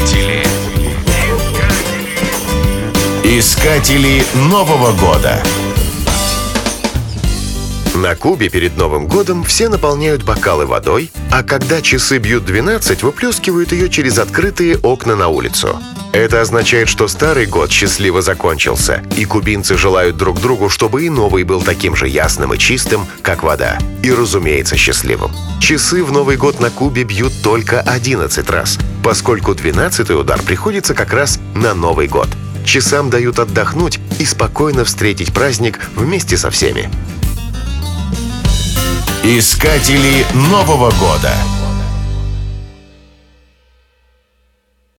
Искатели Нового года. На Кубе перед Новым годом все наполняют бокалы водой, а когда часы бьют 12, выплескивают ее через открытые окна на улицу. Это означает, что старый год счастливо закончился, и кубинцы желают друг другу, чтобы и новый был таким же ясным и чистым, как вода. И, разумеется, счастливым. Часы в Новый год на Кубе бьют только 11 раз, поскольку 12-й удар приходится как раз на Новый год. Часам дают отдохнуть и спокойно встретить праздник вместе со всеми. Искатели Нового года.